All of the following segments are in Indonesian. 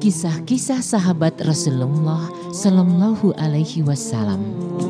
kisah-kisah sahabat Rasulullah Sallallahu Alaihi Wasallam.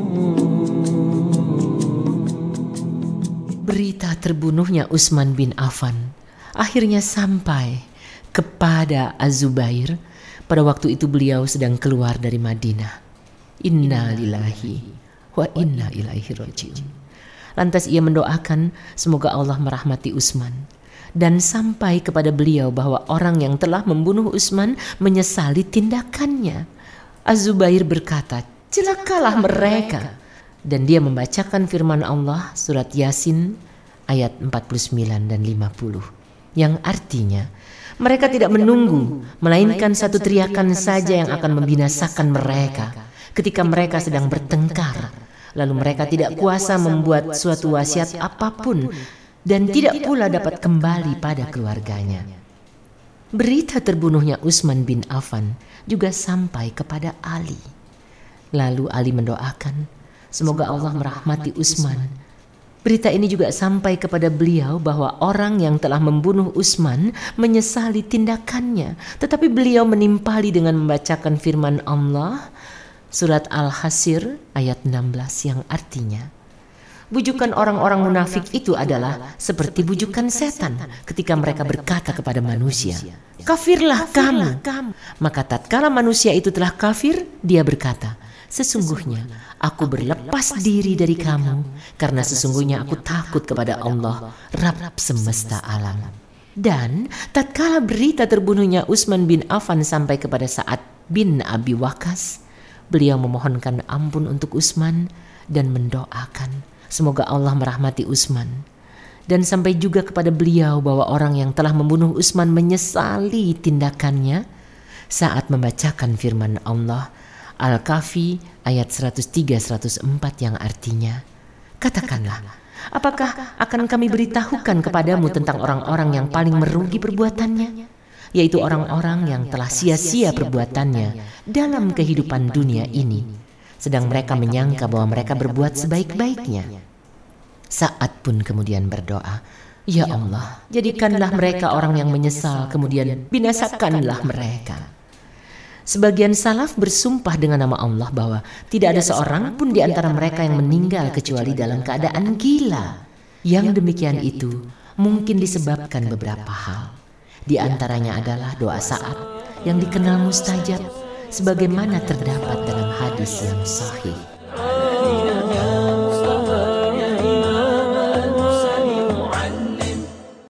Berita terbunuhnya Utsman bin Affan akhirnya sampai kepada Az-Zubair. Pada waktu itu beliau sedang keluar dari Madinah. Inna lillahi wa inna ilaihi raji'un. Lantas ia mendoakan semoga Allah merahmati Utsman. Dan sampai kepada beliau bahwa orang yang telah membunuh Utsman menyesali tindakannya. Az-Zubair berkata, celakalah mereka. Dan dia membacakan firman Allah surat Yasin ayat 49 dan 50. Yang artinya, mereka tidak menunggu, melainkan satu teriakan saja yang akan membinasakan mereka ketika mereka sedang bertengkar. Lalu mereka tidak kuasa membuat suatu wasiat apapun dan tidak pula dapat kembali pada keluarganya. Berita terbunuhnya Utsman bin Affan juga sampai kepada Ali. Lalu Ali mendoakan, semoga Allah merahmati Utsman. Berita ini juga sampai kepada beliau bahwa orang yang telah membunuh Utsman menyesali tindakannya. Tetapi beliau menimpali dengan membacakan firman Allah surat Al-Hashr ayat 16 yang artinya, bujukan orang-orang munafik itu adalah seperti bujukan setan ketika mereka berkata kepada manusia, kafirlah kamu. Maka tatkala manusia itu telah kafir, dia berkata, sesungguhnya aku berlepas diri dari kamu karena sesungguhnya aku takut kepada Allah, Rabb semesta alam. Dan tatkala berita terbunuhnya Utsman bin Affan sampai kepada Sa'ad bin Abi Waqqas, beliau memohonkan ampun untuk Utsman dan mendoakan semoga Allah merahmati Utsman. Dan sampai juga kepada beliau bahwa orang yang telah membunuh Utsman menyesali tindakannya saat membacakan firman Allah Al-Kahfi ayat 103-104 yang artinya, katakanlah, apakah akan kami beritahukan kepadamu tentang orang-orang yang paling merugi perbuatannya, yaitu orang-orang yang telah sia-sia perbuatannya dalam kehidupan dunia ini, sedang mereka menyangka bahwa mereka berbuat sebaik-baiknya. Sa'ad pun kemudian berdoa, ya Allah, jadikanlah mereka orang yang menyesal, kemudian binasakanlah mereka. Sebagian salaf bersumpah dengan nama Allah bahwa tidak ada seorang pun di antara mereka yang meninggal kecuali dalam keadaan gila. Yang demikian itu mungkin disebabkan beberapa hal. Di antaranya adalah doa Sa'ad yang dikenal mustajab sebagaimana terdapat dalam hadis yang sahih.